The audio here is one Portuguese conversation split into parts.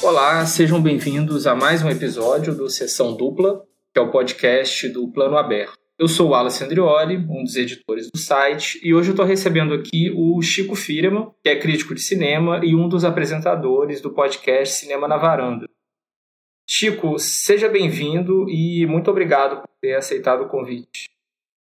Olá, sejam bem-vindos a mais um episódio do Sessão Dupla, que é o podcast do Plano Aberto. Eu sou o Wallace Andrioli, um dos editores do site, e hoje eu estou recebendo aqui o Chico Firman, que é crítico de cinema e um dos apresentadores do podcast Cinema na Varanda. Chico, seja bem-vindo e muito obrigado por ter aceitado o convite.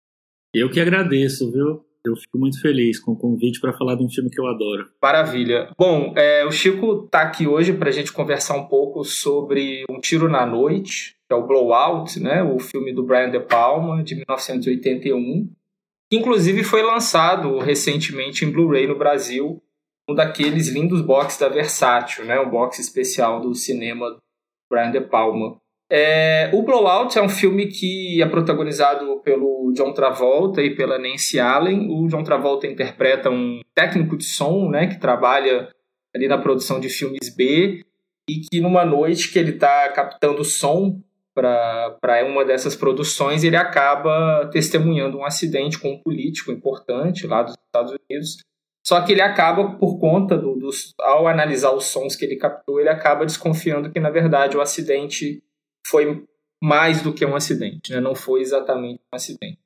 Eu que agradeço, viu? Eu fico muito feliz com o convite para falar de um filme que eu adoro. Maravilha. Bom, o Chico está aqui hoje para a gente conversar um pouco sobre Um Tiro na Noite, que é o Blowout, né? O filme do Brian De Palma, de 1981, que inclusive foi lançado recentemente em Blu-ray no Brasil, um daqueles lindos boxes da Versátil, né? Um box especial do cinema do Brian De Palma. O Blowout é um filme que é protagonizado pelo John Travolta e pela Nancy Allen. O John Travolta interpreta um técnico de som, né, que trabalha ali na produção de filmes B e que numa noite que ele está captando som para uma dessas produções, ele acaba testemunhando um acidente com um político importante lá dos Estados Unidos. Só que ele acaba, por conta ao analisar os sons que ele captou, ele acaba desconfiando que, na verdade, o acidente foi mais do que um acidente, né? Não foi exatamente um acidente.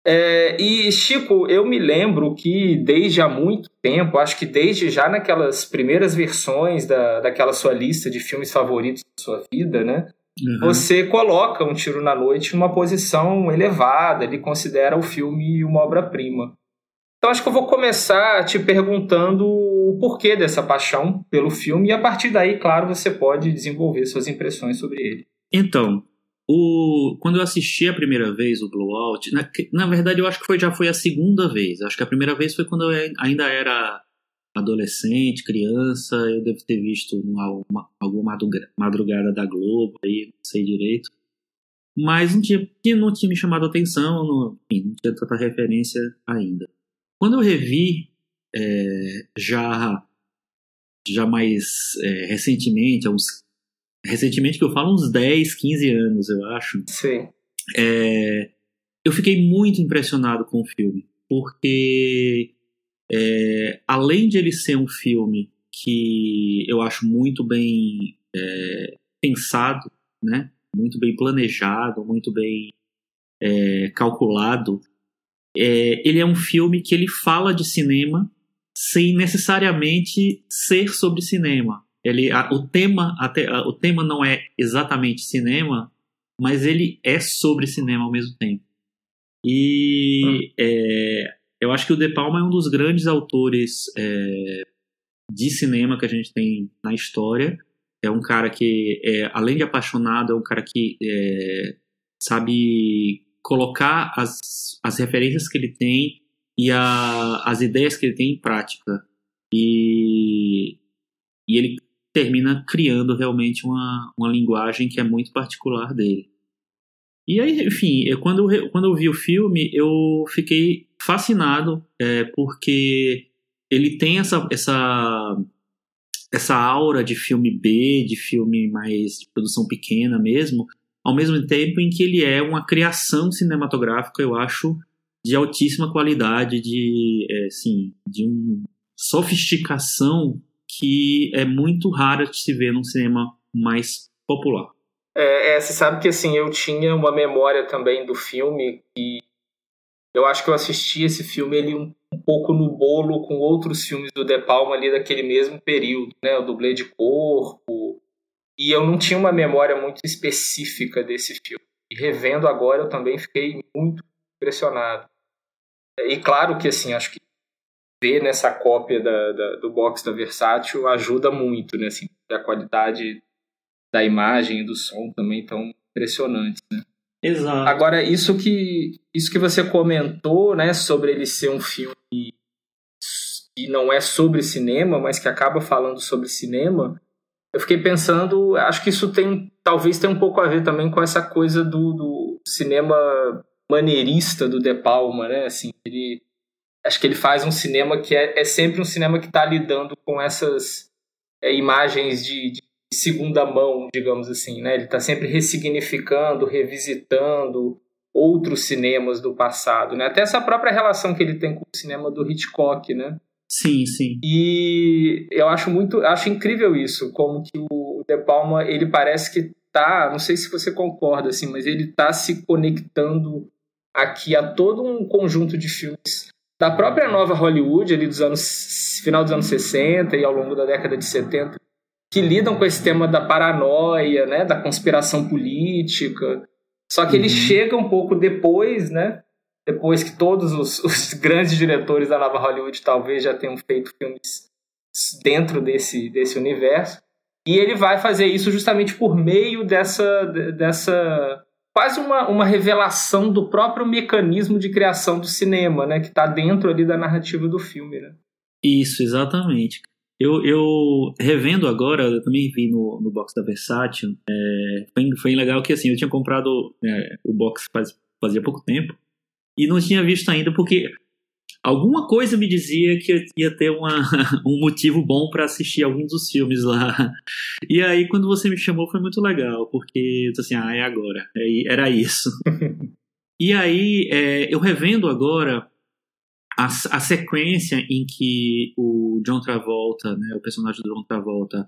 E, Chico, eu me lembro que desde há muito tempo, acho que desde já naquelas primeiras versões daquela sua lista de filmes favoritos da sua vida, né? Uhum. Você coloca Um Tiro na Noite numa posição elevada, ele considera o filme uma obra-prima. Então acho que eu vou começar te perguntando o porquê dessa paixão pelo filme e a partir daí, claro, você pode desenvolver suas impressões sobre ele. Então, quando eu assisti a primeira vez o Blowout, na verdade eu acho que já foi a segunda vez. Acho que a primeira vez foi quando eu ainda era adolescente, criança. Eu devo ter visto alguma madrugada da Globo, aí não sei direito. Mas não tinha me chamado a atenção, não tinha tanta referência ainda. Quando eu revi, já mais recentemente, recentemente que eu falo uns 10, 15 anos, eu acho. Sim. Eu fiquei muito impressionado com o filme, porque além de ele ser um filme que eu acho muito bem pensado, né? Muito bem planejado, muito bem calculado, ele é um filme que ele fala de cinema sem necessariamente ser sobre cinema. O tema não é exatamente cinema, mas ele é sobre cinema ao mesmo tempo. E eu acho que o De Palma é um dos grandes autores de cinema que a gente tem na história. É um cara que, além de apaixonado, é um cara que sabe colocar as referências que ele tem e as ideias que ele tem em prática. E ele termina criando realmente uma linguagem que é muito particular dele. E aí, enfim, quando eu vi o filme, eu fiquei fascinado, porque ele tem essa aura de filme B, de filme mais de produção pequena mesmo, ao mesmo tempo em que ele é uma criação cinematográfica, eu acho, de altíssima qualidade, de uma sofisticação que é muito rara de se ver num cinema mais popular. Você sabe que assim, eu tinha uma memória também do filme e eu acho que eu assisti esse filme ele um pouco no bolo com outros filmes do De Palma ali daquele mesmo período, né? O Dublê de Corpo, e eu não tinha uma memória muito específica desse filme. E revendo agora eu também fiquei muito impressionado. E claro que assim, acho que ver nessa cópia do box da Versátil ajuda muito, né? Assim, a qualidade da imagem e do som também tão impressionantes, né? Exato. Agora, isso que você comentou, né, sobre ele ser um filme que não é sobre cinema, mas que acaba falando sobre cinema, eu fiquei pensando, acho que isso talvez tenha um pouco a ver também com essa coisa do cinema maneirista do De Palma, né? Assim, acho que ele faz um cinema que é sempre um cinema que está lidando com essas imagens de segunda mão, digamos assim, né? Ele está sempre ressignificando, revisitando outros cinemas do passado, né? Até essa própria relação que ele tem com o cinema do Hitchcock, né? Sim, sim. E eu acho incrível isso, como que o De Palma, ele parece que tá, não sei se você concorda, assim, mas ele tá se conectando aqui a todo um conjunto de filmes da própria nova Hollywood, ali final dos anos 60 e ao longo da década de 70, que lidam com esse tema da paranoia, né, da conspiração política. Só que ele chega um pouco depois, né, depois que todos os grandes diretores da nova Hollywood talvez já tenham feito filmes dentro desse universo. E ele vai fazer isso justamente por meio dessa quase uma revelação do próprio mecanismo de criação do cinema, né, que está dentro ali da narrativa do filme, né? Isso, exatamente. Eu revendo agora, eu também vi no box da Versátil, foi legal que assim, eu tinha comprado o box fazia pouco tempo e não tinha visto ainda porque alguma coisa me dizia que ia ter um motivo bom para assistir alguns dos filmes lá. E aí, quando você me chamou, foi muito legal, porque eu disse assim, é agora. Era isso. E aí, eu revendo agora a sequência em que o John Travolta, né, o personagem do John Travolta,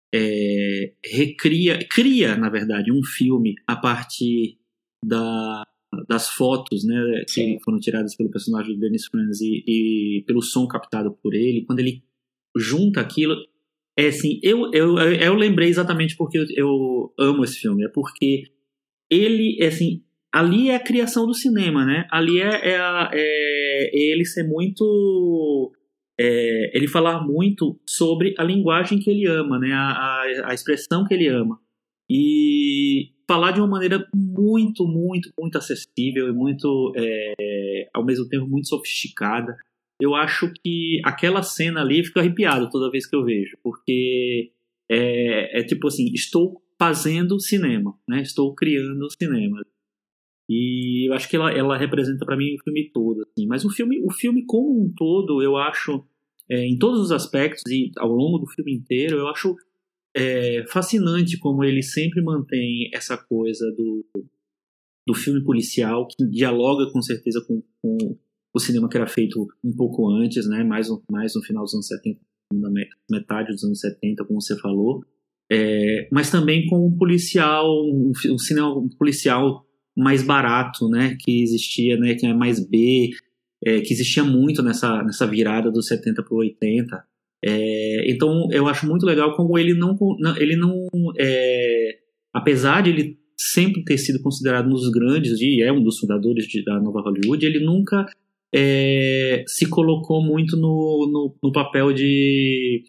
cria, na verdade, um filme a partir das fotos, né, que foram tiradas pelo personagem do Dennis Franz e pelo som captado por ele. Quando ele junta aquilo, assim, eu lembrei exatamente porque eu amo esse filme, é porque ele, assim, ali é a criação do cinema, né, ali é ele ser muito, ele falar muito sobre a linguagem que ele ama, né, a expressão que ele ama, e falar de uma maneira muito, muito, muito acessível e muito, ao mesmo tempo, muito sofisticada. Eu acho que aquela cena ali, fico arrepiado toda vez que eu vejo, porque tipo assim, estou fazendo cinema, né? Estou criando cinema. E eu acho que ela representa para mim o filme todo, assim. Mas o filme como um todo, eu acho, em todos os aspectos e ao longo do filme inteiro, eu acho fascinante como ele sempre mantém essa coisa do filme policial, que dialoga com certeza com o cinema que era feito um pouco antes, né? mais no final dos anos 70, na metade dos anos 70, como você falou, mas também com um policial, um cinema policial mais barato, né? Que existia, né? Que é mais B, que existia muito nessa virada dos 70 para o 80. Então eu acho muito legal como ele não apesar de ele sempre ter sido considerado um dos grandes e um dos fundadores da nova Hollywood, ele nunca se colocou muito no papel de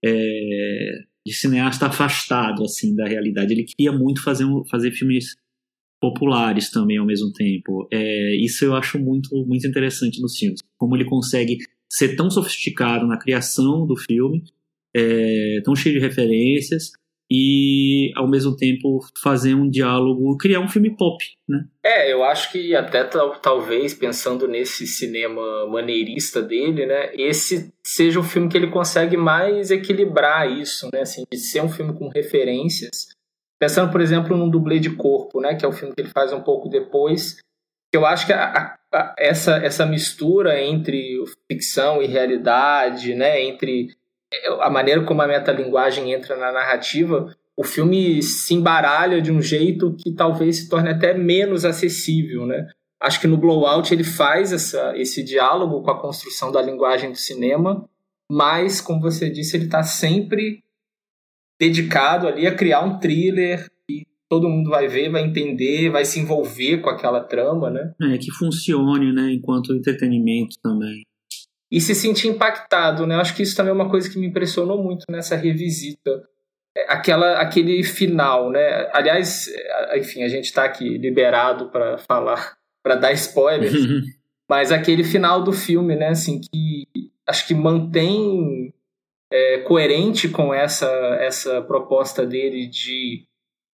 cineasta afastado assim da realidade. Ele queria muito fazer filmes populares também ao mesmo tempo. Isso eu acho muito, muito interessante nos filmes, como ele consegue ser tão sofisticado na criação do filme, tão cheio de referências, e ao mesmo tempo fazer um diálogo, criar um filme pop, né? Eu acho que até talvez, pensando nesse cinema maneirista dele, né, esse seja o filme que ele consegue mais equilibrar isso, né, assim, de ser um filme com referências. Pensando, por exemplo, num Dublê de Corpo, né, que é o filme que ele faz um pouco depois. Eu acho que essa mistura entre ficção e realidade, né, entre a maneira como a metalinguagem entra na narrativa, o filme se embaralha de um jeito que talvez se torne até menos acessível, né? Acho que no Blowout ele faz esse diálogo com a construção da linguagem do cinema, mas, como você disse, ele está sempre dedicado ali a criar um thriller e todo mundo vai ver, vai entender, vai se envolver com aquela trama, né? Que funcione, né, enquanto entretenimento também. E se sentir impactado, né? Acho que isso também é uma coisa que me impressionou muito nessa revisita. Aquele final, né? Aliás, enfim, a gente está aqui liberado para falar, para dar spoilers, mas aquele final do filme, né? Assim, que acho que mantém coerente com essa proposta dele de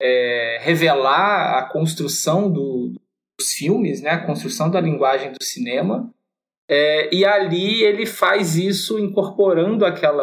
revelar a construção dos filmes, né? A construção da linguagem do cinema. E ali ele faz isso incorporando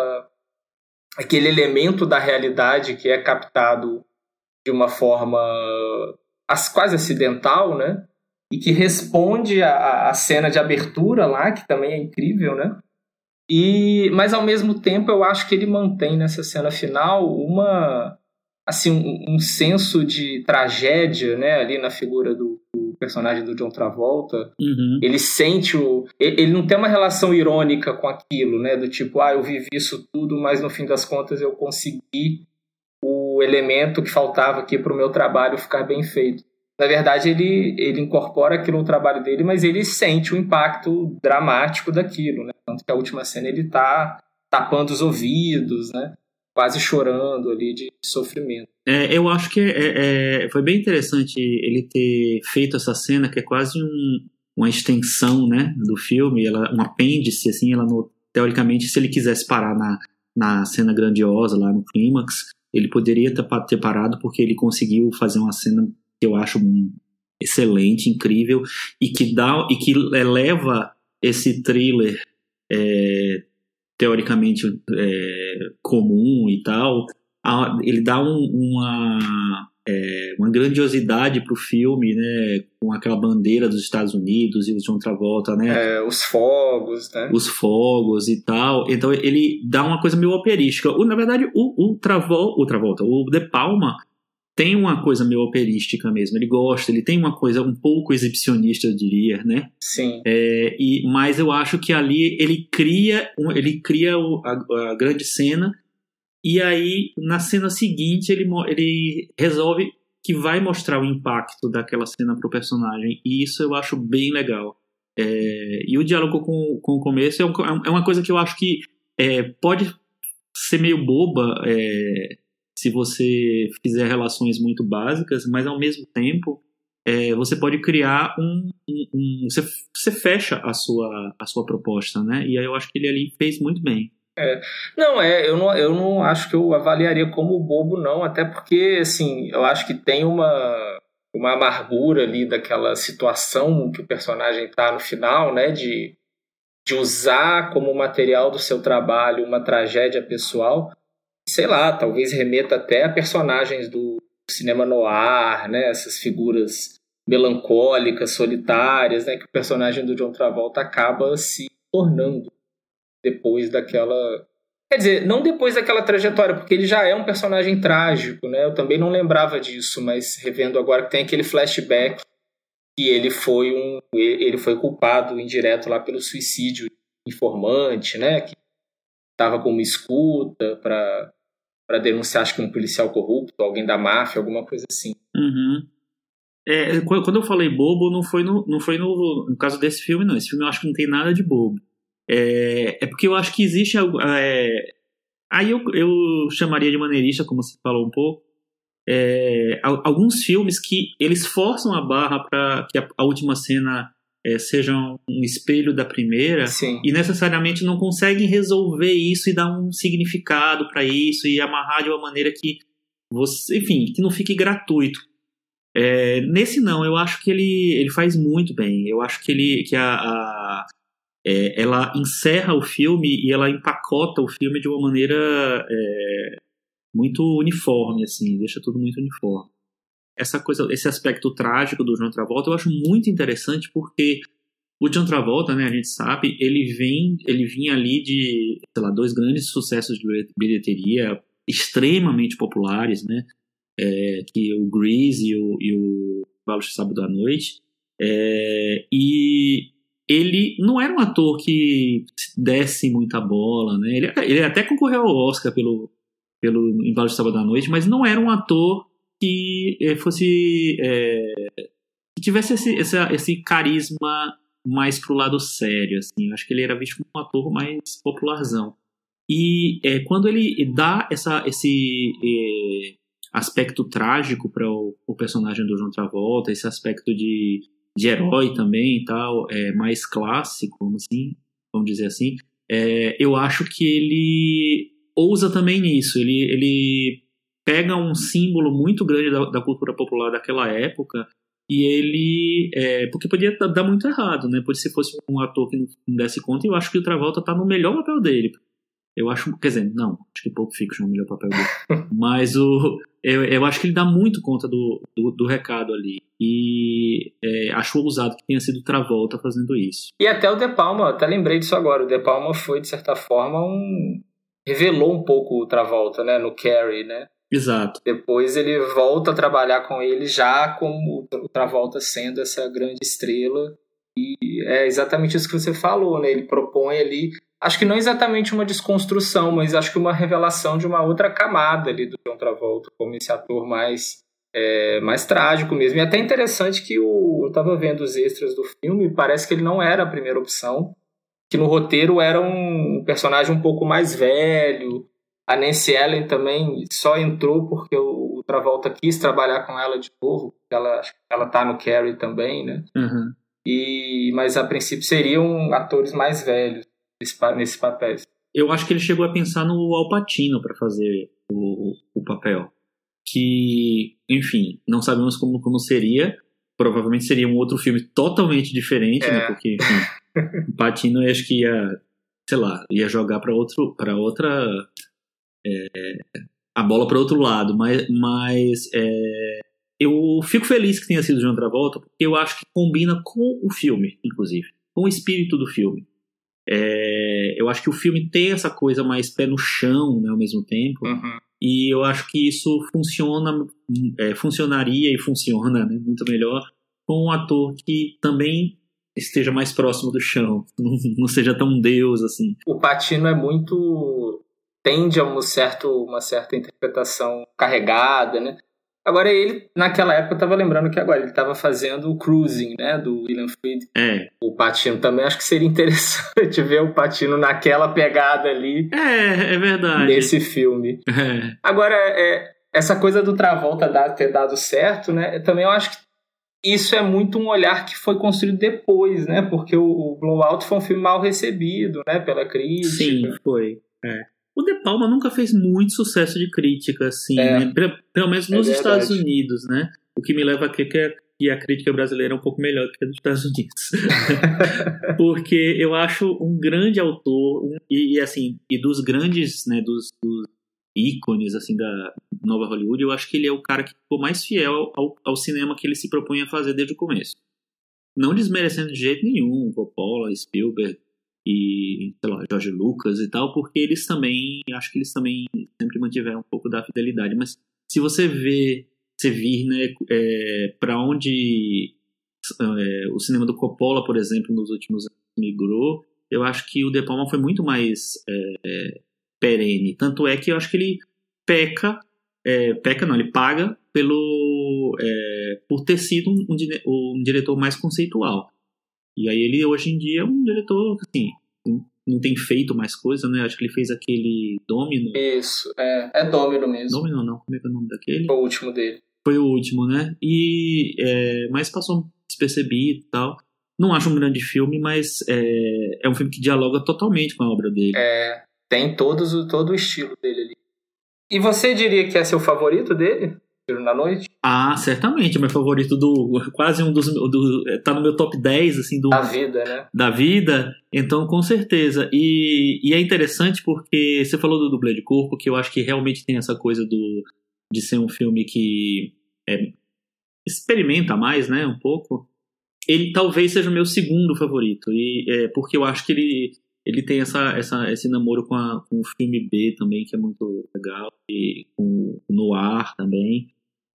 aquele elemento da realidade que é captado de uma forma quase acidental, né? E que responde à cena de abertura lá, que também é incrível, né? Mas ao mesmo tempo eu acho que ele mantém nessa cena final assim, um senso de tragédia, né, ali na figura do personagem do John Travolta. Ele sente ele não tem uma relação irônica com aquilo, né, do tipo, eu vivi isso tudo, mas no fim das contas eu consegui o elemento que faltava aqui para o meu trabalho ficar bem feito. Na verdade, ele incorpora aquilo no trabalho dele, mas ele sente o impacto dramático daquilo, né? Tanto que a última cena ele tá tapando os ouvidos, né? Quase chorando ali de sofrimento. Eu acho que foi bem interessante ele ter feito essa cena, que é quase uma extensão, né, do filme, um apêndice, assim, teoricamente, se ele quisesse parar na cena grandiosa, lá no clímax, ele poderia ter parado, porque ele conseguiu fazer uma cena que eu acho excelente, incrível, e que leva esse thriller teoricamente comum e tal, ele dá uma grandiosidade pro filme, né, com aquela bandeira dos Estados Unidos e o John Travolta, né? Os fogos, né? Os fogos e tal. Então ele dá uma coisa meio operística. Na verdade, o Travolta, o De Palma, tem uma coisa meio operística mesmo. Ele tem uma coisa um pouco exibicionista, eu diria, né? Sim. Mas eu acho que ali ele cria a grande cena, e aí na cena seguinte ele resolve que vai mostrar o impacto daquela cena pro personagem, e isso eu acho bem legal. E o diálogo com o começo é uma coisa que eu acho que pode ser meio boba, se você fizer relações muito básicas, mas ao mesmo tempo você pode criar você fecha a sua proposta, né? E aí eu acho que ele ali fez muito bem. Eu não acho que eu avaliaria como bobo, não, até porque, assim, eu acho que tem uma amargura ali daquela situação que o personagem está no final, né, de usar como material do seu trabalho uma tragédia pessoal. Sei lá, talvez remeta até a personagens do cinema noir, né? Essas figuras melancólicas, solitárias, né? Que o personagem do John Travolta acaba se tornando depois daquela... Quer dizer, não depois daquela trajetória, porque ele já é um personagem trágico, né? Eu também não lembrava disso, mas revendo agora que tem aquele flashback que ele foi culpado indireto lá pelo suicídio informante, né? Que estava como escuta para denunciar, acho que um policial corrupto, alguém da máfia, alguma coisa assim. Quando eu falei bobo, não foi no caso desse filme, não. Esse filme eu acho que não tem nada de bobo. Porque eu acho que existe... aí eu chamaria de maneirista, como você falou um pouco. Alguns filmes que eles forçam a barra para que a última cena seja um espelho da primeira. Sim. E necessariamente não conseguem resolver isso e dar um significado para isso e amarrar de uma maneira que que não fique gratuito. Nesse não, eu acho que ele faz muito bem. Eu acho que ela encerra o filme e ela empacota o filme de uma maneira muito uniforme, assim, deixa tudo muito uniforme. Esse aspecto trágico do John Travolta eu acho muito interessante, porque o John Travolta, né, a gente sabe, ele vinha ali de, sei lá, 2 grandes sucessos de bilheteria extremamente populares, né, que o Grease e o Baixo Sábado à Noite, e ele não era um ator que desse muita bola, né, ele até concorreu ao Oscar pelo Embalo de Sábado à Noite, mas não era um ator que fosse que tivesse esse carisma mais pro lado sério, assim. Eu acho que ele era visto como um ator mais popularzão. E quando ele dá esse aspecto trágico para o personagem do John Travolta, esse aspecto de herói também e tal, mais clássico, vamos dizer assim, eu acho que ele ousa também nisso. Ele pega um símbolo muito grande da cultura popular daquela época e ele... porque podia dar muito errado, né? Porque se fosse um ator que não desse conta, eu acho que o Travolta tá no melhor papel dele. Eu acho... Quer dizer, não. Acho que Pulp Fiction é o melhor papel dele. Mas eu acho que ele dá muito conta do recado ali. E acho ousado que tenha sido o Travolta fazendo isso. E até o De Palma, até lembrei disso agora. O De Palma foi, de certa forma, revelou um pouco o Travolta, né? No Carrie, né? Exato. Depois ele volta a trabalhar com ele já como o Travolta sendo essa grande estrela. E é exatamente isso que você falou, né? Ele propõe ali, acho que não exatamente uma desconstrução, mas acho que uma revelação de uma outra camada ali do John Travolta, como esse ator mais trágico mesmo. E até interessante que eu estava vendo os extras do filme, parece que ele não era a primeira opção, que no roteiro era um personagem um pouco mais velho. A Nancy Allen também só entrou porque o Travolta quis trabalhar com ela de novo, ela tá no Carrie também, né? Uhum. Mas a princípio seriam atores mais velhos nesse papel. Eu acho que ele chegou a pensar no Al Pacino para fazer o papel. Que, enfim, não sabemos como seria. Provavelmente seria um outro filme totalmente diferente, né? Porque, enfim, o Pacino eu acho que ia jogar para outra a bola para outro lado, mas eu fico feliz que tenha sido John Travolta, porque eu acho que combina com o filme, inclusive, com o espírito do filme. Eu acho que o filme tem essa coisa mais pé no chão, né, ao mesmo tempo, e eu acho que isso funcionaria e funciona, né, muito melhor com um ator que também esteja mais próximo do chão, não seja tão Deus assim. O Pacino tende a uma certa interpretação carregada, né? Agora ele, naquela época, eu tava lembrando que agora ele tava fazendo o Cruising, né, do William Friedkin. O Pacino também, acho que seria interessante ver o Pacino naquela pegada ali. É verdade. Nesse filme. Agora, essa coisa do Travolta ter dado certo, né, também eu acho que isso é muito um olhar que foi construído depois, né, porque o Blowout foi um filme mal recebido, né, pela crítica. Sim, foi. O De Palma nunca fez muito sucesso de crítica, assim, né? Pelo menos nos Estados Unidos, né? O que me leva a crer que a crítica brasileira é um pouco melhor do que a dos Estados Unidos. Porque eu acho um grande autor, e dos grandes, né, dos ícones, assim, da nova Hollywood, eu acho que ele é o cara que ficou mais fiel ao cinema que ele se propõe a fazer desde o começo. Não desmerecendo de jeito nenhum Coppola, Spielberg, e, sei lá, George Lucas e tal, porque acho que eles também sempre mantiveram um pouco da fidelidade, mas se você vir, né, para onde o cinema do Coppola, por exemplo, nos últimos anos migrou, eu acho que o De Palma foi muito mais perene, tanto é que eu acho que ele ele paga por ter sido um diretor mais conceitual. E aí ele, hoje em dia, é um diretor, assim, não tem feito mais coisa, né? Acho que ele fez aquele Domino. Isso, é Domino mesmo. Domino não, como é que é o nome daquele? Foi o último dele. Foi o último, né? Mas passou despercebido e tal. Não acho um grande filme, mas é um filme que dialoga totalmente com a obra dele. Tem todo o estilo dele ali. E você diria que é seu favorito dele? Tiro na Noite? Certamente, é meu favorito quase tá no meu top 10, assim, da vida, né? Da vida, então com certeza. E é interessante porque você falou do dublê de corpo, que eu acho que realmente tem essa coisa de ser um filme que experimenta mais, né, um pouco. Ele talvez seja o meu segundo favorito, porque eu acho que ele tem esse namoro com o filme B também, que é muito legal, e com o Noir também.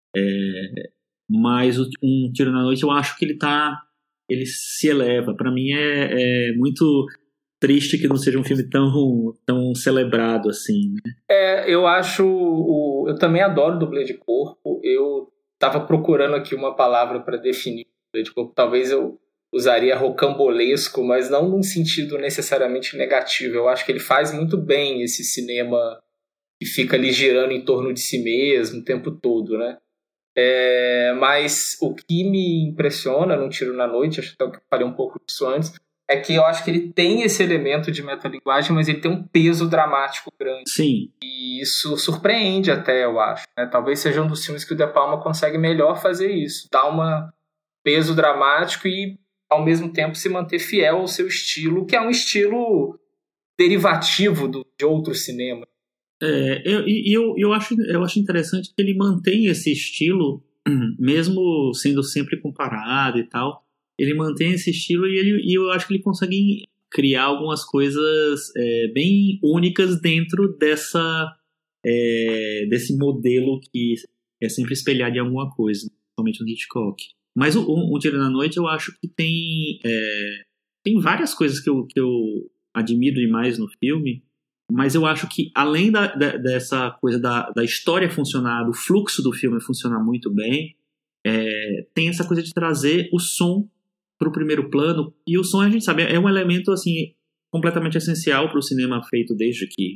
Mas Um Tiro na Noite, eu acho que ele se eleva. Pra mim é muito triste que não seja um filme tão celebrado assim, né? Eu acho eu também adoro dublê de corpo. Eu tava procurando aqui uma palavra para definir dublê de corpo. Talvez eu usaria rocambolesco, mas não num sentido necessariamente negativo. Eu acho que ele faz muito bem esse cinema que fica ali girando em torno de si mesmo o tempo todo, né? Mas o que me impressiona no Tiro na Noite, acho que eu falei um pouco disso antes, é que eu acho que ele tem esse elemento de metalinguagem, mas ele tem um peso dramático grande. Sim. E isso surpreende até, eu acho, né? Talvez seja um dos filmes que o De Palma consegue melhor fazer isso, dar um peso dramático e, ao mesmo tempo, se manter fiel ao seu estilo, que é um estilo derivativo de outro cinema. Eu acho interessante que ele mantém esse estilo, mesmo sendo sempre comparado e tal. Ele mantém esse estilo e eu acho que ele consegue criar algumas coisas bem únicas dentro desse modelo que é sempre espelhado em alguma coisa, principalmente no Hitchcock. Mas o Tiro na Noite eu acho que tem várias coisas que eu admiro demais no filme, mas eu acho que além dessa coisa da história funcionar, do fluxo do filme funcionar muito bem, tem essa coisa de trazer o som para o primeiro plano, e o som, a gente sabe, é um elemento assim, completamente essencial para o cinema feito desde que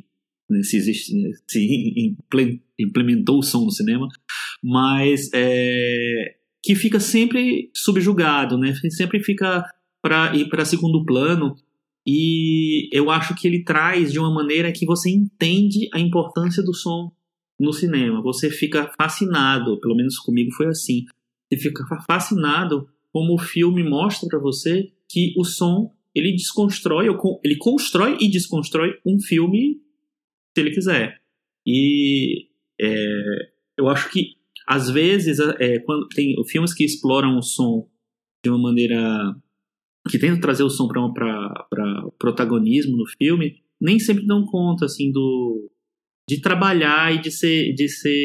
se implementou o som no cinema, mas que fica sempre subjugado, né? Sempre fica para ir para segundo plano, e eu acho que ele traz de uma maneira que você entende a importância do som no cinema. Você fica fascinado, pelo menos comigo foi assim, você fica fascinado como o filme mostra para você que o som, ele constrói e desconstrói um filme se ele quiser. E eu acho que às vezes quando tem filmes que exploram o som de uma maneira que tentam trazer o som para protagonismo no filme, nem sempre dão conta assim de trabalhar e de ser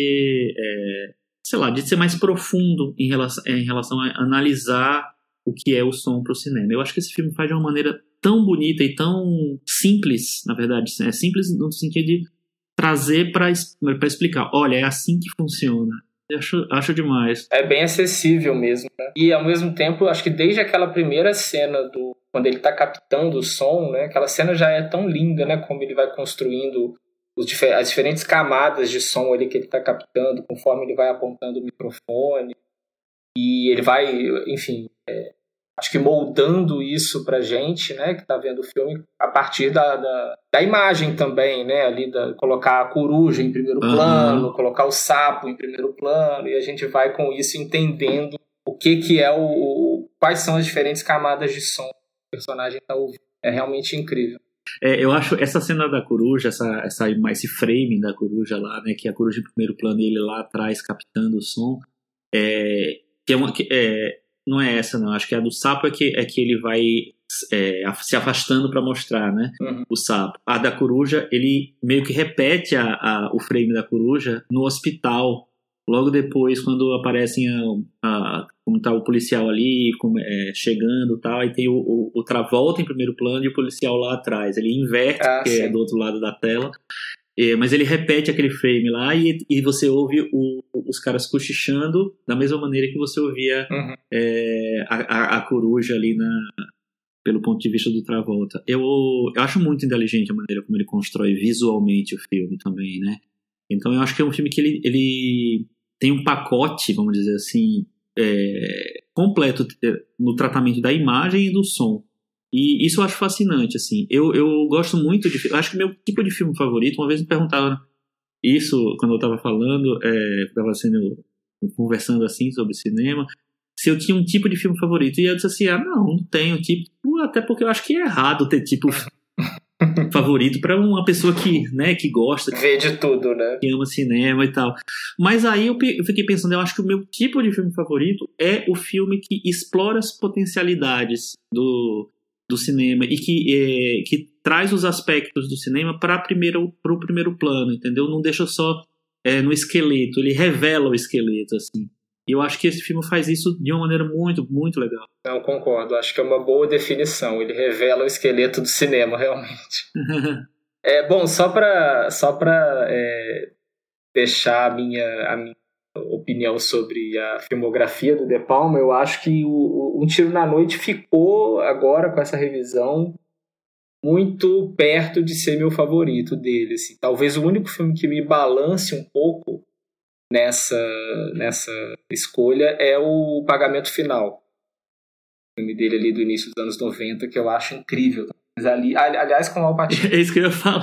de ser mais profundo em relação a analisar o que é o som para o cinema. Eu acho que esse filme faz de uma maneira tão bonita e tão simples, na verdade. É simples no sentido de trazer para explicar. Olha, é assim que funciona. Eu acho demais. É bem acessível mesmo, né? E ao mesmo tempo, acho que desde aquela primeira cena quando ele está captando o som, né? Aquela cena já é tão linda, né? Como ele vai construindo as diferentes camadas de som ali que ele está captando, conforme ele vai apontando o microfone. E ele vai, enfim, acho que moldando isso pra gente, né, que tá vendo o filme, a partir da imagem também, né, ali colocar a coruja em primeiro plano, colocar o sapo em primeiro plano, e a gente vai com isso entendendo o que é quais são as diferentes camadas de som que o personagem tá ouvindo. É realmente incrível. Eu acho essa cena da coruja, esse frame da coruja lá, né, que é a coruja em primeiro plano e ele lá atrás captando o som, não é essa não, acho que a do sapo é que ele vai se afastando para mostrar, né, o sapo. A da coruja, ele meio que repete o frame da coruja no hospital, logo depois quando aparecem como tá o policial ali chegando e tal, aí tem o Travolta em primeiro plano e o policial lá atrás, ele inverte, porque é do outro lado da tela. Mas ele repete aquele frame lá e você ouve os caras cochichando da mesma maneira que você ouvia a coruja ali pelo ponto de vista do Travolta. Eu acho muito inteligente a maneira como ele constrói visualmente o filme também, né? Então eu acho que é um filme que ele tem um pacote, vamos dizer assim, completo no tratamento da imagem e do som. E isso eu acho fascinante, assim. Eu gosto muito eu acho que meu tipo de filme favorito, uma vez me perguntaram isso quando eu estava falando, estava conversando assim sobre cinema, se eu tinha um tipo de filme favorito. E eu disse assim, não tenho tipo, até porque eu acho que é errado ter tipo favorito para uma pessoa que gosta, vê de tudo, né? Que ama cinema e tal. Mas aí eu fiquei pensando, eu acho que o meu tipo de filme favorito é o filme que explora as potencialidades do cinema e que traz os aspectos do cinema para o primeiro plano, entendeu? Não deixa só no esqueleto, ele revela o esqueleto, assim. E eu acho que esse filme faz isso de uma maneira muito, muito legal. Não, concordo. Acho que é uma boa definição. Ele revela o esqueleto do cinema, realmente. Bom, só para deixar a minha opinião sobre a filmografia do De Palma, eu acho que Um Tiro na Noite ficou agora com essa revisão muito perto de ser meu favorito dele, assim. Talvez o único filme que me balance um pouco nessa escolha é o Pagamento Final, o filme dele ali do início dos anos 90, que eu acho incrível. Mas aliás, com o Al Pacino. É isso que eu ia falar.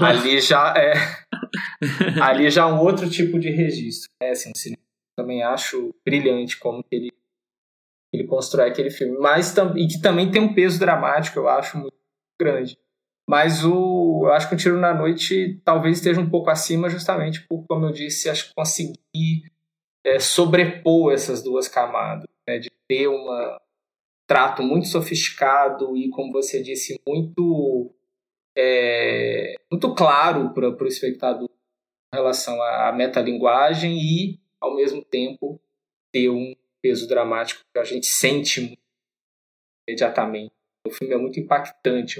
Ali já é um outro tipo de registro, né? Assim, o cinema também acho brilhante como que ele constrói aquele filme, e que também tem um peso dramático, eu acho muito grande. Mas eu acho que O Tiro na Noite talvez esteja um pouco acima, justamente por, como eu disse, acho que conseguir sobrepor essas duas camadas, né? De ter um trato muito sofisticado e, como você disse, muito claro para o espectador em relação à metalinguagem e, ao mesmo tempo, ter um peso dramático que a gente sente muito imediatamente. O filme é muito impactante.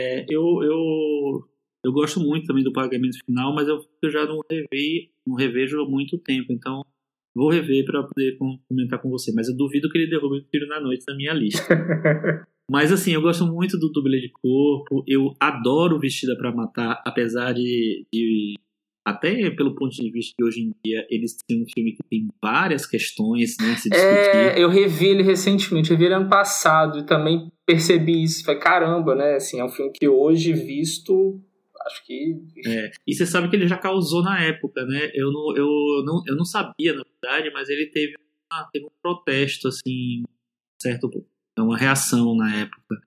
Eu gosto muito também do Pagamento Final, mas eu já não revejo há muito tempo, então vou rever para poder comentar com você. Mas eu duvido que ele derrube o Tiro na Noite na minha lista. Mas assim, eu gosto muito do Dublê de Corpo, eu adoro Vestida para Matar, apesar de até pelo ponto de vista de hoje em dia, eles têm um filme que tem várias questões, né, se discutir. Eu revi ele recentemente, revi ele ano passado e também percebi isso. Falei, caramba, né? Assim, é um filme que hoje visto, acho que... E você sabe que ele já causou na época, né? Eu não sabia, na verdade, mas ele teve um protesto, assim, certo, uma reação na época.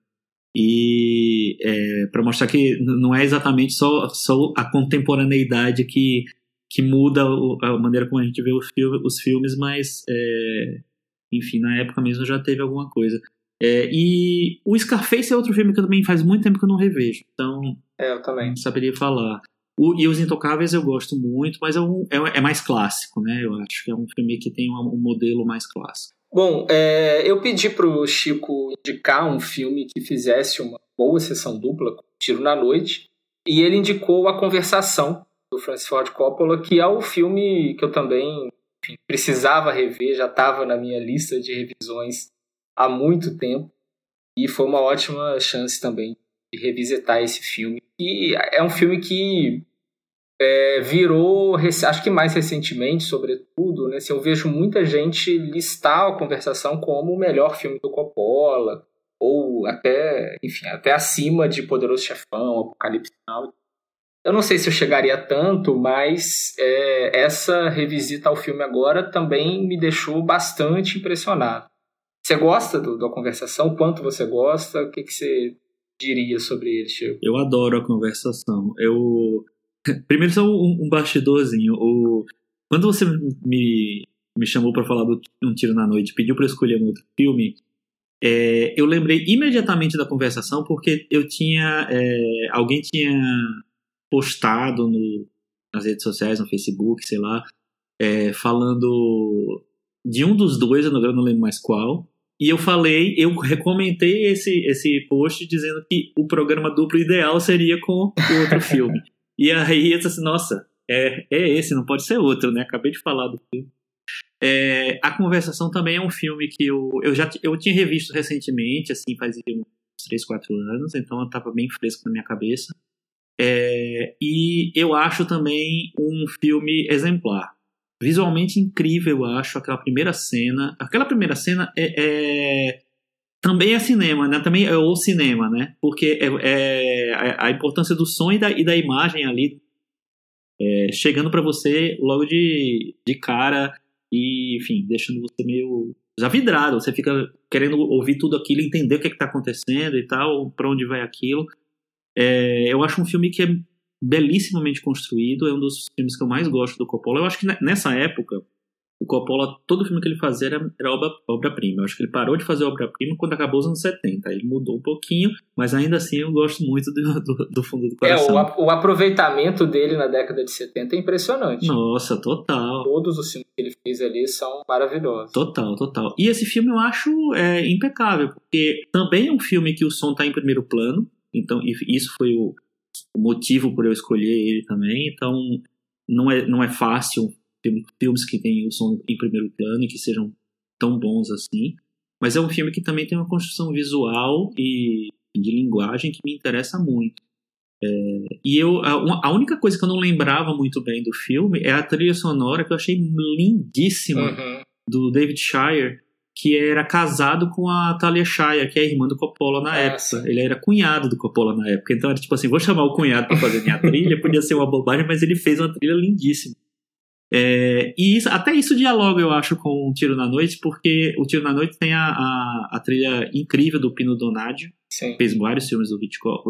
E para mostrar que não é exatamente só a contemporaneidade que muda a maneira como a gente vê os filmes, mas enfim, na época mesmo já teve alguma coisa. E o Scarface é outro filme que também faz muito tempo que eu não revejo, então eu também não saberia falar. E Os Intocáveis eu gosto muito, mas é mais clássico, né? Eu acho que é um filme que tem um modelo mais clássico. Bom, eu pedi pro Chico indicar um filme que fizesse uma boa sessão dupla com Tiro na Noite, e ele indicou A Conversação, do Francis Ford Coppola, que é o filme que eu também precisava rever, já estava na minha lista de revisões há muito tempo, e foi uma ótima chance também de revisitar esse filme. E é um filme que virou, acho que mais recentemente, sobretudo, né, assim, eu vejo muita gente listar A Conversação como o melhor filme do Coppola, ou até acima de Poderoso Chefão, Apocalipse Now. Eu não sei se eu chegaria tanto, mas essa revisita ao filme agora também me deixou bastante impressionado. Você gosta da Conversação? Quanto você gosta? O que você diria sobre ele, Chico? Eu adoro A Conversação. Primeiro, só um bastidorzinho. Quando você me chamou para falar do Um Tiro na Noite, pediu para eu escolher um outro filme, eu lembrei imediatamente da Conversação, porque alguém tinha postado nas redes sociais, no Facebook, sei lá, falando de um dos dois, eu não lembro mais qual, e eu recomentei esse post dizendo que o programa duplo ideal seria com o outro filme. E aí eu disse assim, nossa, é esse, não pode ser outro, né? Acabei de falar do filme. A Conversação também é um filme que eu tinha revisto recentemente, assim, fazia uns 3, 4 anos, então estava bem fresco na minha cabeça. E eu acho também um filme exemplar. Visualmente incrível, eu acho, aquela primeira cena. Aquela primeira cena também é cinema, né? Também é o cinema, né? Porque a importância do som e da imagem ali chegando para você logo de cara e, enfim, deixando você meio já vidrado. Você fica querendo ouvir tudo aquilo, entender o que está acontecendo e tal, para onde vai aquilo. Eu acho um filme que é belíssimamente construído, é um dos filmes que eu mais gosto do Coppola. Eu acho que nessa época o Coppola, todo filme que ele fazia era obra-prima. Eu acho que ele parou de fazer obra-prima quando acabou os anos 70. Ele mudou um pouquinho, mas ainda assim eu gosto muito do fundo do coração. O aproveitamento dele na década de 70 é impressionante. Nossa, total. Todos os filmes que ele fez ali são maravilhosos. Total. E esse filme eu acho impecável, porque também é um filme que o som está em primeiro plano, então isso foi o motivo por eu escolher ele também. Então não é fácil filmes que tem o som em primeiro plano e que sejam tão bons assim, mas é um filme que também tem uma construção visual e de linguagem que me interessa muito. E a única coisa que eu não lembrava muito bem do filme é a trilha sonora, que eu achei lindíssima, do David Shire, que era casado com a Talia Shire, que é a irmã do Coppola na época. Sim. Ele era cunhado do Coppola na época, então era tipo assim, vou chamar o cunhado para fazer minha trilha, podia ser uma bobagem, mas ele fez uma trilha lindíssima. E até isso dialoga, eu acho, com o Tiro na Noite, porque o Tiro na Noite tem a trilha incrível do Pino Donaggio, Sim. Fez vários filmes do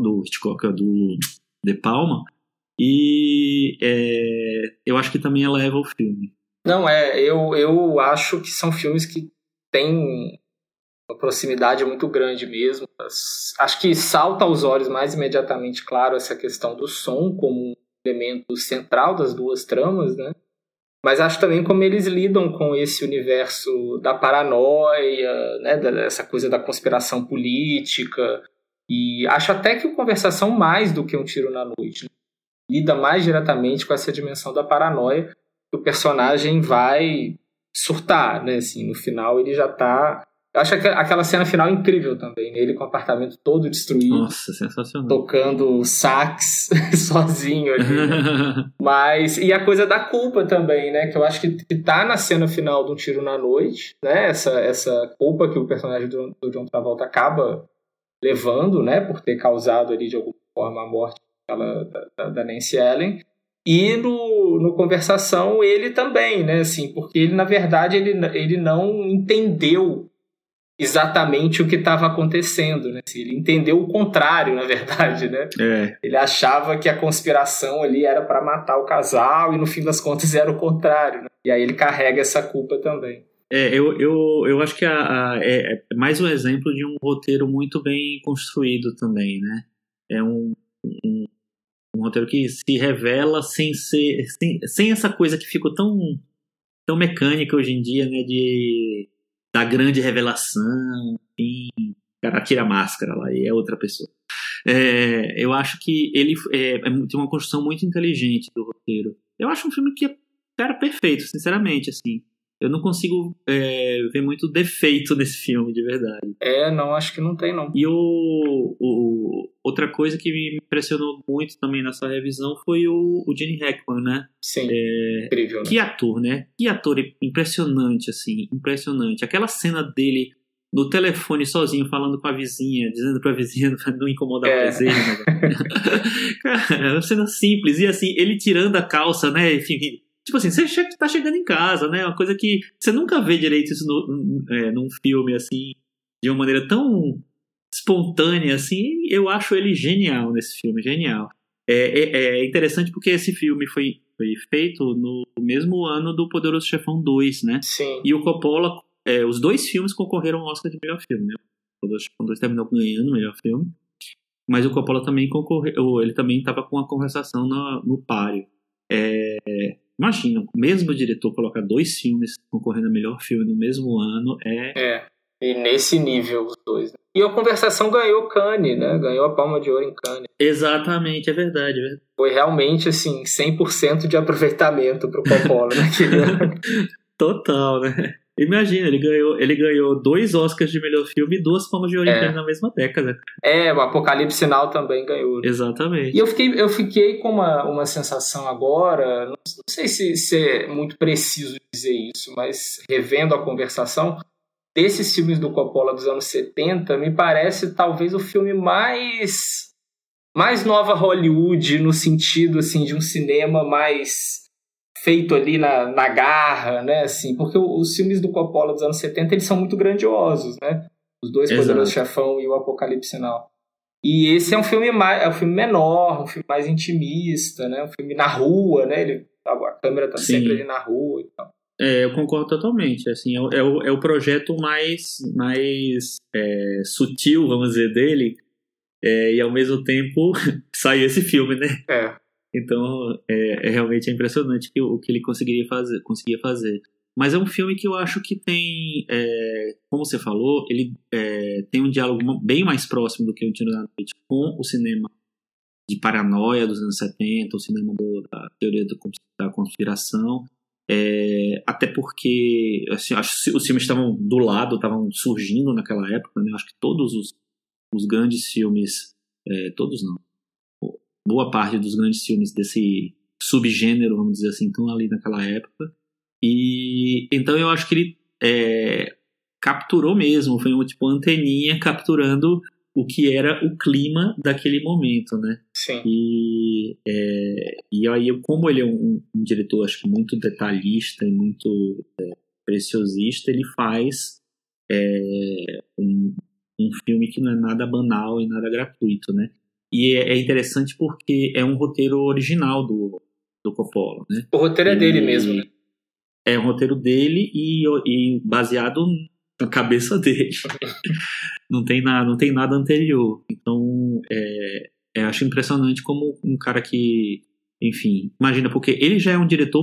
De Palma, e eu acho que também eleva o filme. Não, eu acho que são filmes que têm uma proximidade muito grande mesmo. Acho que salta aos olhos mais imediatamente, claro, essa questão do som como elemento central das duas tramas, né? Mas acho também como eles lidam com esse universo da paranoia, né? Dessa coisa da conspiração política. E acho até que o Conversação, mais do que Um Tiro na Noite, né? Lida mais diretamente com essa dimensão da paranoia, que o personagem vai surtar, né? Assim, no final ele já tá... Eu acho aquela cena final incrível também, né? Ele com o apartamento todo destruído. Nossa, sensacional. Tocando sax sozinho ali, né? Mas, e a coisa da culpa também, né? Que eu acho que tá na cena final de Um Tiro na Noite, né? Essa culpa que o personagem do John Travolta acaba levando, né? Por ter causado ali de alguma forma a morte da Nancy Allen. E no Conversação ele também, né? Assim, porque ele, na verdade, ele não entendeu exatamente o que estava acontecendo, né? Ele entendeu o contrário, na verdade, né? Ele achava que a conspiração ali era para matar o casal e no fim das contas era o contrário, né? E aí ele carrega essa culpa também. Eu acho que é mais um exemplo de um roteiro muito bem construído também, né? É um roteiro que se revela sem essa coisa que ficou tão mecânica hoje em dia, né? Da grande revelação, enfim, o cara tira a máscara lá e é outra pessoa. Eu acho que ele tem uma construção muito inteligente do roteiro. Eu acho um filme que é, cara, perfeito, sinceramente, assim. Eu não consigo ver muito defeito nesse filme, de verdade. Não, acho que não tem, não. E outra coisa que me impressionou muito também nessa revisão foi o Gene Hackman, né? Sim, incrível, né? Que ator, né? Que ator impressionante, assim, impressionante. Aquela cena dele no telefone sozinho, falando com a vizinha, dizendo pra vizinha não incomodar a vizinha. Né? Cara, é uma cena simples. E assim, ele tirando a calça, né? Enfim, tipo assim, você tá chegando em casa, né? Uma coisa que você nunca vê direito isso num filme, assim, de uma maneira tão espontânea, assim. Eu acho ele genial nesse filme, genial. É interessante porque esse filme foi feito no mesmo ano do Poderoso Chefão 2, né? Sim. E o Coppola, os dois filmes concorreram ao Oscar de melhor filme, né? O Poderoso Chefão 2 terminou ganhando o melhor filme, mas o Coppola também concorreu, ele também estava com a conversação no páreo. Imagina, o mesmo diretor colocar dois filmes concorrendo a melhor filme no mesmo ano e nesse nível os dois. E a Conversação ganhou Cannes, né? Ganhou a Palma de Ouro em Cannes. Exatamente, é verdade. Foi realmente, assim, 100% de aproveitamento pro Coppola naquele ano. Total, né? Imagina, ele ganhou 2 Oscars de melhor filme e 2 Palmas de Ouro na mesma década. O Apocalipse Sinal também ganhou. Exatamente. E eu fiquei com uma sensação agora, não sei se é muito preciso dizer isso, mas revendo a Conversação, desses filmes do Coppola dos anos 70, me parece talvez o filme mais nova Hollywood, no sentido assim, de um cinema mais feito ali na garra, né? Assim, porque os filmes do Coppola dos anos 70 eles são muito grandiosos, né? Os dois Poderosos Chefão e o Apocalipse Sinal. E esse é um filme menor, um filme mais intimista, né? Um filme na rua, né? A câmera tá sempre ali na rua e tal. Eu concordo totalmente. Assim, é o projeto mais sutil, vamos dizer, dele, e ao mesmo tempo sai esse filme, né? Então, realmente impressionante o que ele conseguia fazer. Mas é um filme que eu acho que tem, como você falou, ele tem um diálogo bem mais próximo do que O Tiro na Noite com o cinema de paranoia dos anos 70, o cinema da teoria da conspiração. Até porque assim, acho que os filmes estavam do lado, estavam surgindo naquela época, né? Acho que todos os grandes filmes, todos não, boa parte dos grandes filmes desse subgênero, vamos dizer assim, estão ali naquela época. E então eu acho que ele capturou mesmo, foi uma anteninha capturando o que era o clima daquele momento, né? Sim. E aí, como ele é um diretor, acho que muito detalhista e muito preciosista, ele faz um filme que não é nada banal e nada gratuito, né? E é interessante porque é um roteiro original do Coppola, né? O roteiro é dele mesmo, né? É um roteiro dele e baseado na cabeça dele. Não tem nada anterior. Então, acho impressionante como um cara que enfim, imagina, porque ele já é um diretor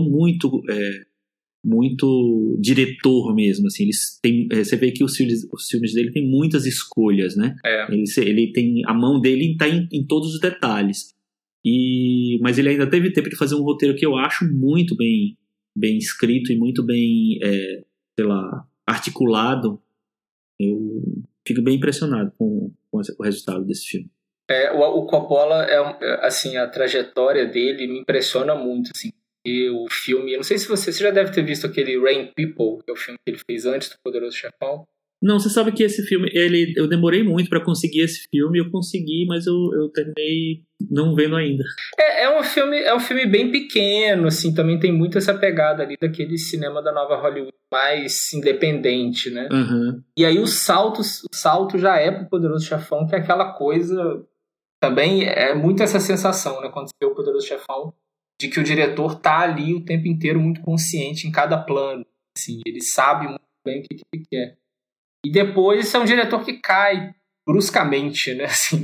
muito diretor mesmo, assim, você vê que os filmes dele tem muitas escolhas, né? Ele tem, a mão dele está em todos os detalhes, mas ele ainda teve tempo de fazer um roteiro que eu acho muito bem escrito e muito bem, sei lá, articulado. Eu fico bem impressionado com o resultado desse filme. O Coppola, assim, a trajetória dele me impressiona muito, assim. E o filme, eu não sei se você já deve ter visto aquele Rain People, que é o filme que ele fez antes do Poderoso Chefão. Não, você sabe que esse filme, eu demorei muito pra conseguir esse filme, eu consegui, mas eu terminei não vendo ainda. É um filme bem pequeno, assim, também tem muito essa pegada ali daquele cinema da nova Hollywood mais independente, né? Uhum. E aí o salto já é pro Poderoso Chefão, que é aquela coisa, também é muito essa sensação, né, quando você vê o Poderoso Chefão, de que o diretor tá ali o tempo inteiro muito consciente em cada plano, assim, ele sabe muito bem o que ele quer. E depois é um diretor que cai bruscamente, né, assim,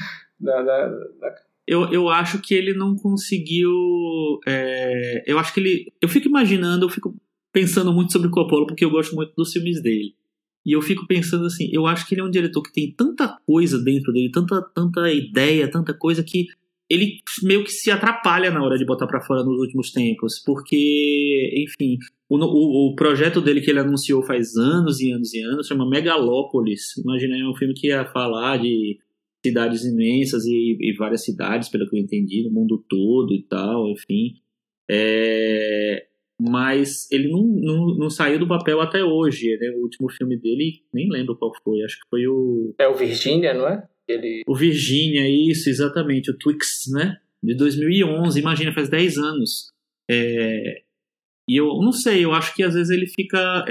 Eu acho que ele não conseguiu, eu acho que eu fico pensando muito sobre o Coppola, porque eu gosto muito dos filmes dele. E eu fico pensando assim, eu acho que ele é um diretor que tem tanta coisa dentro dele, tanta ideia, tanta coisa, que ele meio que se atrapalha na hora de botar pra fora nos últimos tempos, porque, enfim, o projeto dele que ele anunciou faz anos e anos e anos, chama Megalópolis. Imagina, é um filme que ia falar de cidades imensas e várias cidades, pelo que eu entendi, no mundo todo e tal, enfim. Mas ele não saiu do papel até hoje, né? O último filme dele, nem lembro qual foi, acho que foi o... É o Virgínia, não é? O Virgínia, isso, exatamente, o Twix, né? De 2011, imagina, faz 10 anos. E eu não sei, eu acho que às vezes ele fica...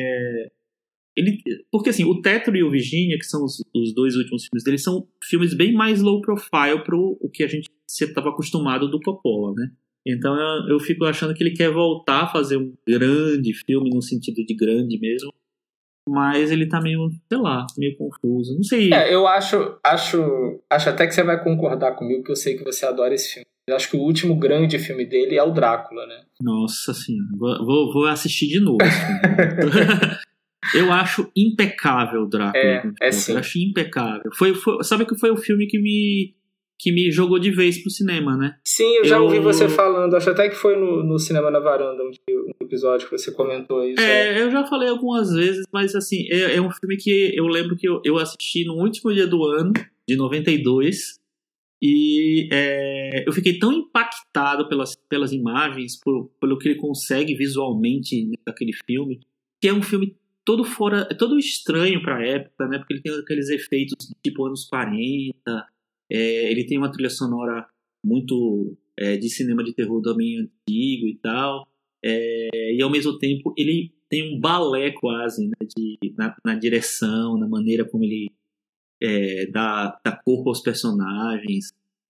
porque assim, o Tetro e o Virgínia, que são os dois últimos filmes dele, são filmes bem mais low profile pro o que a gente estava acostumado do Coppola, né? Então eu fico achando que ele quer voltar a fazer um grande filme, no sentido de grande mesmo, mas ele tá meio, sei lá, meio confuso, não sei. Eu acho até que você vai concordar comigo, que eu sei que você adora esse filme. Eu acho que o último grande filme dele é o Drácula, né? Nossa senhora, vou assistir de novo. Eu acho impecável o Drácula. Sim. Eu acho impecável. Sabe que foi o filme que me jogou de vez pro cinema, né? Sim, eu já ouvi você falando. Acho até que foi no Cinema na Varanda, um episódio que você comentou isso. Eu já falei algumas vezes, mas assim, é um filme que eu lembro que eu assisti no último dia do ano, de 92, e eu fiquei tão impactado pelas imagens, pelo que ele consegue visualmente naquele filme, que é um filme todo estranho pra época, né? Porque ele tem aqueles efeitos tipo anos 40, ele tem uma trilha sonora muito de cinema de terror também antigo e tal, e ao mesmo tempo ele tem um balé quase, né, na direção, na maneira como ele dá corpo aos personagens,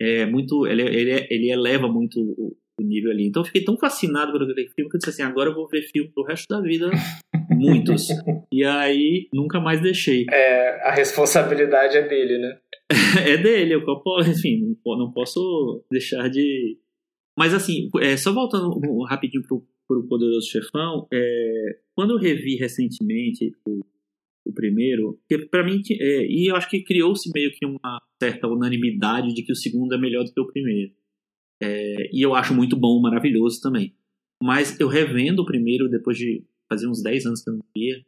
ele eleva muito o nível ali. Então eu fiquei tão fascinado por aquele filme que eu disse assim, agora eu vou ver filme pro resto da vida, muitos. E aí nunca mais deixei. A responsabilidade é dele, né? É dele, enfim, não posso deixar de... Mas assim, só voltando rapidinho pro Poderoso Chefão, quando eu revi recentemente o primeiro, porque pra mim, e eu acho que criou-se meio que uma certa unanimidade de que o segundo é melhor do que o primeiro. E eu acho muito bom, maravilhoso também. Mas eu revendo o primeiro, depois de fazer uns 10 anos que eu não via,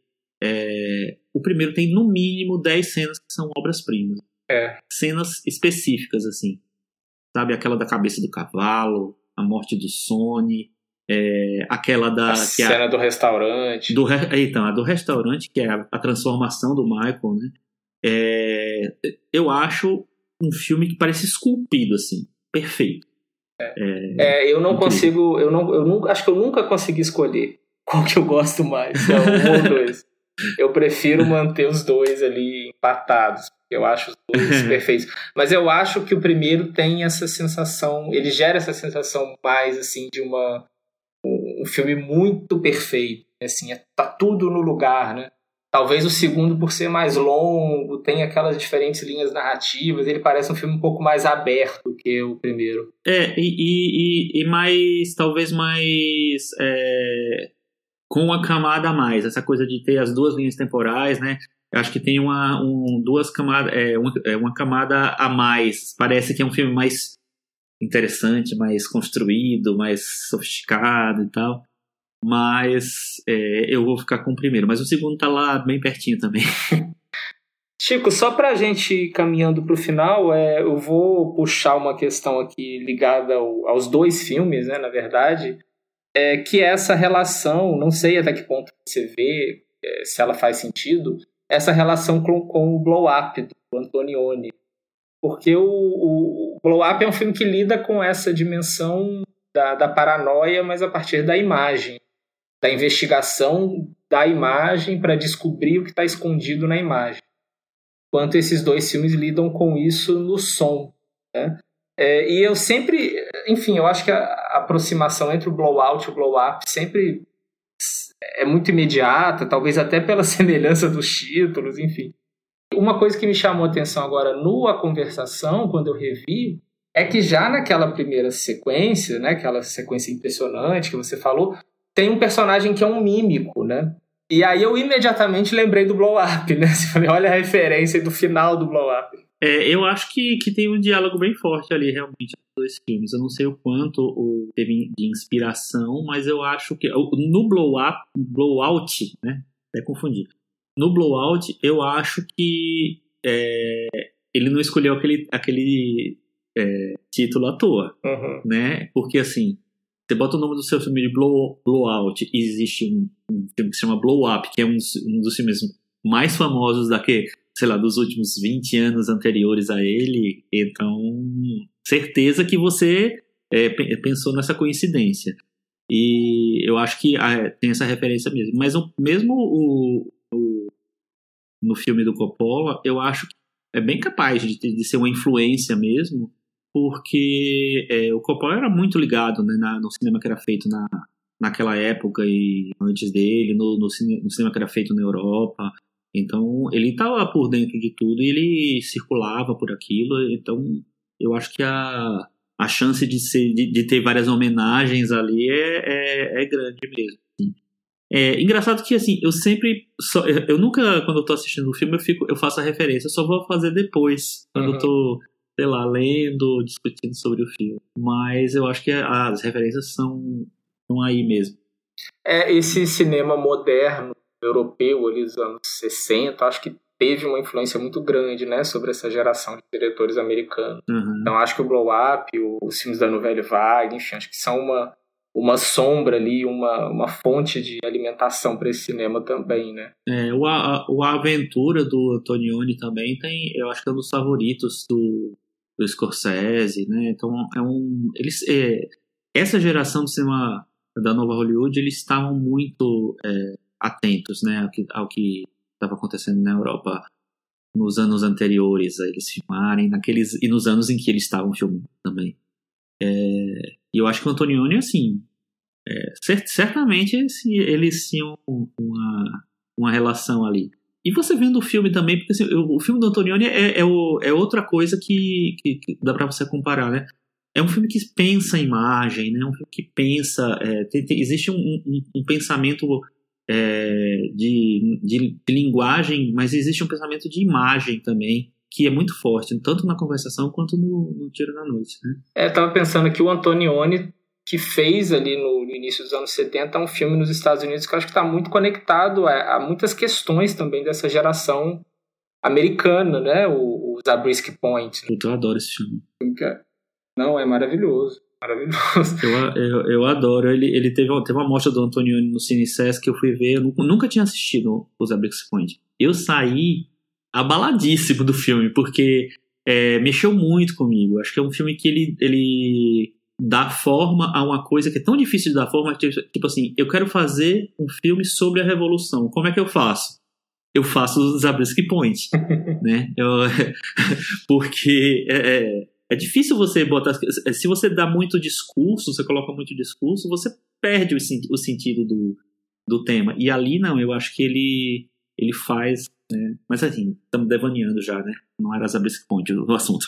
o primeiro tem no mínimo 10 cenas que são obras-primas. Cenas específicas, assim. Sabe, aquela da cabeça do cavalo, a morte do Sony, aquela da... cena do restaurante. Então, a do restaurante, que é a transformação do Michael, né? Eu acho um filme que parece esculpido, assim. Perfeito. Eu não consigo... acho que eu nunca consegui escolher qual que eu gosto mais. Se é um ou dois. Eu prefiro manter os dois ali empatados. Eu acho os dois perfeitos. Mas eu acho que o primeiro tem essa sensação... Ele gera essa sensação mais, assim, de um filme muito perfeito. Assim, tá tudo no lugar, né? Talvez o segundo, por ser mais longo, tem aquelas diferentes linhas narrativas, ele parece um filme um pouco mais aberto do que o primeiro. E mais, talvez mais com uma camada a mais, essa coisa de ter as duas linhas temporais, né? Eu acho que tem duas camadas, uma camada a mais. Parece que é um filme mais interessante, mais construído, mais sofisticado e tal. Mas eu vou ficar com o primeiro. Mas o segundo tá lá bem pertinho também. Chico, só pra gente ir caminhando pro final, eu vou puxar uma questão aqui ligada aos dois filmes, né, na verdade, que é essa relação, não sei até que ponto você vê, se ela faz sentido, essa relação com o Blow Up, do Antonioni. Porque o Blow Up é um filme que lida com essa dimensão da paranoia, mas a partir da imagem, da investigação da imagem para descobrir o que está escondido na imagem. Enquanto esses dois filmes lidam com isso no som, né? E eu sempre... Enfim, eu acho que a aproximação entre o Blow Out e o Blow Up sempre é muito imediata, talvez até pela semelhança dos títulos, enfim. Uma coisa que me chamou a atenção agora A Conversação, quando eu revi, é que já naquela primeira sequência, né, aquela sequência impressionante que você falou, tem um personagem que é um mímico, né? E aí eu imediatamente lembrei do Blow Up, né? Você falou, olha a referência do final do Blow Up. Eu acho que tem um diálogo bem forte ali, realmente, nos dois filmes. Eu não sei o quanto teve de inspiração, mas eu acho que... No Blow Out, né? Até confundi. No Blow Out, eu acho que ele não escolheu aquele título à toa, né? Porque, assim, você bota o nome do seu filme de Blow Out e existe um filme que se chama Blow Up, que é um dos filmes mais famosos dos últimos 20 anos anteriores a ele. Então, certeza que você pensou nessa coincidência. E eu acho que tem essa referência mesmo. Mas mesmo no filme do Coppola, eu acho que é bem capaz de ser uma influência mesmo, porque o Coppola era muito ligado, né, no cinema que era feito naquela época e antes dele, no cinema que era feito na Europa. Então ele estava por dentro de tudo e ele circulava por aquilo. Então eu acho que a chance de ter várias homenagens ali é grande mesmo. Assim. Engraçado que, assim, eu nunca, quando eu tô assistindo o filme, eu faço a referência, eu só vou fazer depois, quando eu tô, sei lá, lendo, discutindo sobre o filme. Mas eu acho que as referências estão aí mesmo. Esse cinema moderno, europeu, ali dos anos 60, acho que teve uma influência muito grande, né, sobre essa geração de diretores americanos. Então acho que o Blow Up, os filmes da Nouvelle Vague, enfim, acho que são uma sombra ali, uma fonte de alimentação para esse cinema também, né? A Aventura do Antonioni também eu acho que é um dos favoritos do Scorsese, né? Então essa geração do cinema da Nova Hollywood, eles estavam muito atentos, né, ao que estava acontecendo na Europa nos anos anteriores a eles filmarem, e nos anos em que eles estavam filmando também. E eu acho que o Antonioni, assim, certamente eles tinham uma relação ali. E você vendo o filme também, porque assim, o filme do Antonioni é outra coisa que dá pra você comparar, né? É um filme que pensa a imagem, né? Um filme que pensa... existe um pensamento de linguagem, mas existe um pensamento de imagem também, que é muito forte, tanto na Conversação quanto no Tiro na Noite, né? Tava pensando que o Antonioni, que fez ali no início dos anos 70 um filme nos Estados Unidos que eu acho que está muito conectado a muitas questões também dessa geração americana, né? O Zabriskie Point. Eu adoro esse filme. Não, é maravilhoso. Maravilhoso. Eu adoro. Ele teve uma mostra do Antonioni no Cine Sesc que eu fui ver. Eu nunca tinha assistido o Zabriskie Point. Eu saí abaladíssimo do filme, porque mexeu muito comigo. Acho que é um filme que ele dá forma a uma coisa que é tão difícil de dar forma, tipo assim, eu quero fazer um filme sobre a Revolução. Como é que eu faço? Eu faço o Zabriskie Point, né? Porque é difícil você botar... Se você dá muito discurso, você coloca muito discurso, você perde o sentido do tema. E ali, não, eu acho que ele faz, né? Mas assim, estamos devaneando já, né? Não era Zabriskie Point o assunto.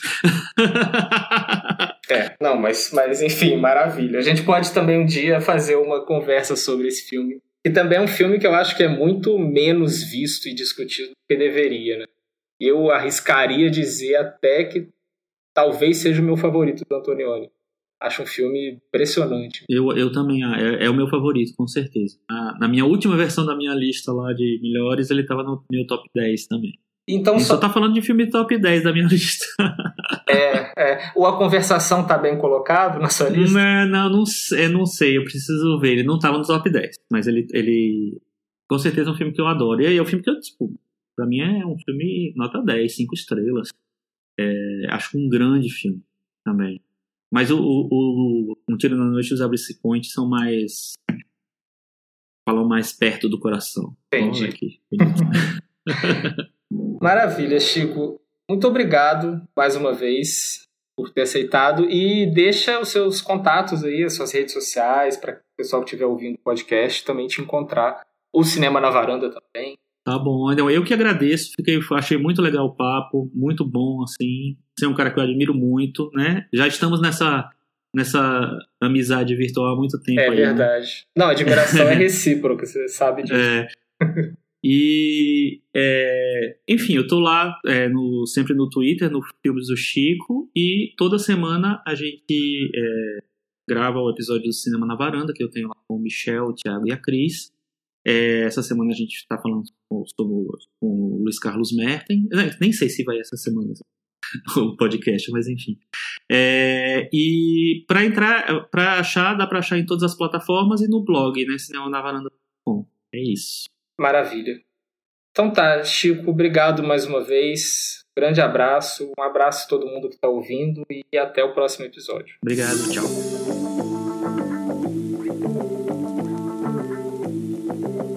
Não, mas enfim, maravilha. A gente pode também um dia fazer uma conversa sobre esse filme. E também é um filme que eu acho que é muito menos visto e discutido do que deveria, né? Eu arriscaria dizer até que talvez seja o meu favorito do Antonioni. Acho um filme impressionante. Eu também, é o meu favorito, com certeza. Na minha última versão da minha lista lá de melhores, ele estava no meu top 10 também. Então, só tá falando de filme top 10 da minha lista. Ou A Conversação tá bem colocado na sua lista? Não sei, eu preciso ver. Ele não tava no top 10, mas ele com certeza é um filme que eu adoro. E aí é um filme que eu, tipo, pra mim é um filme nota 10, 5 estrelas. Acho um grande filme também. Mas Um Tiro na Noite e os Zabriskie Point são mais... falam mais perto do coração. Entendi. Maravilha, Chico. Muito obrigado mais uma vez por ter aceitado. E deixa os seus contatos aí, as suas redes sociais, para o pessoal que estiver ouvindo o podcast também te encontrar. O Cinema na Varanda também. Tá bom, então, eu que agradeço, achei muito legal o papo, muito bom, assim, você é um cara que eu admiro muito, né, já estamos nessa amizade virtual há muito tempo. É aí, verdade, né? Não, a admiração é recíproca, você sabe disso. Enfim, eu tô lá sempre no Twitter, no Filmes do Chico, e toda semana a gente grava o episódio do Cinema na Varanda, que eu tenho lá com o Michel, o Thiago e a Cris. Essa semana a gente está falando com o Luiz Carlos Merten. Nem sei se vai essa semana o podcast, mas enfim. E para achar, dá para achar em todas as plataformas e no blog, né? cinemanavaranda.com. É isso. Maravilha. Então tá, Chico, obrigado mais uma vez. Grande abraço. Um abraço a todo mundo que está ouvindo e até o próximo episódio. Obrigado, tchau.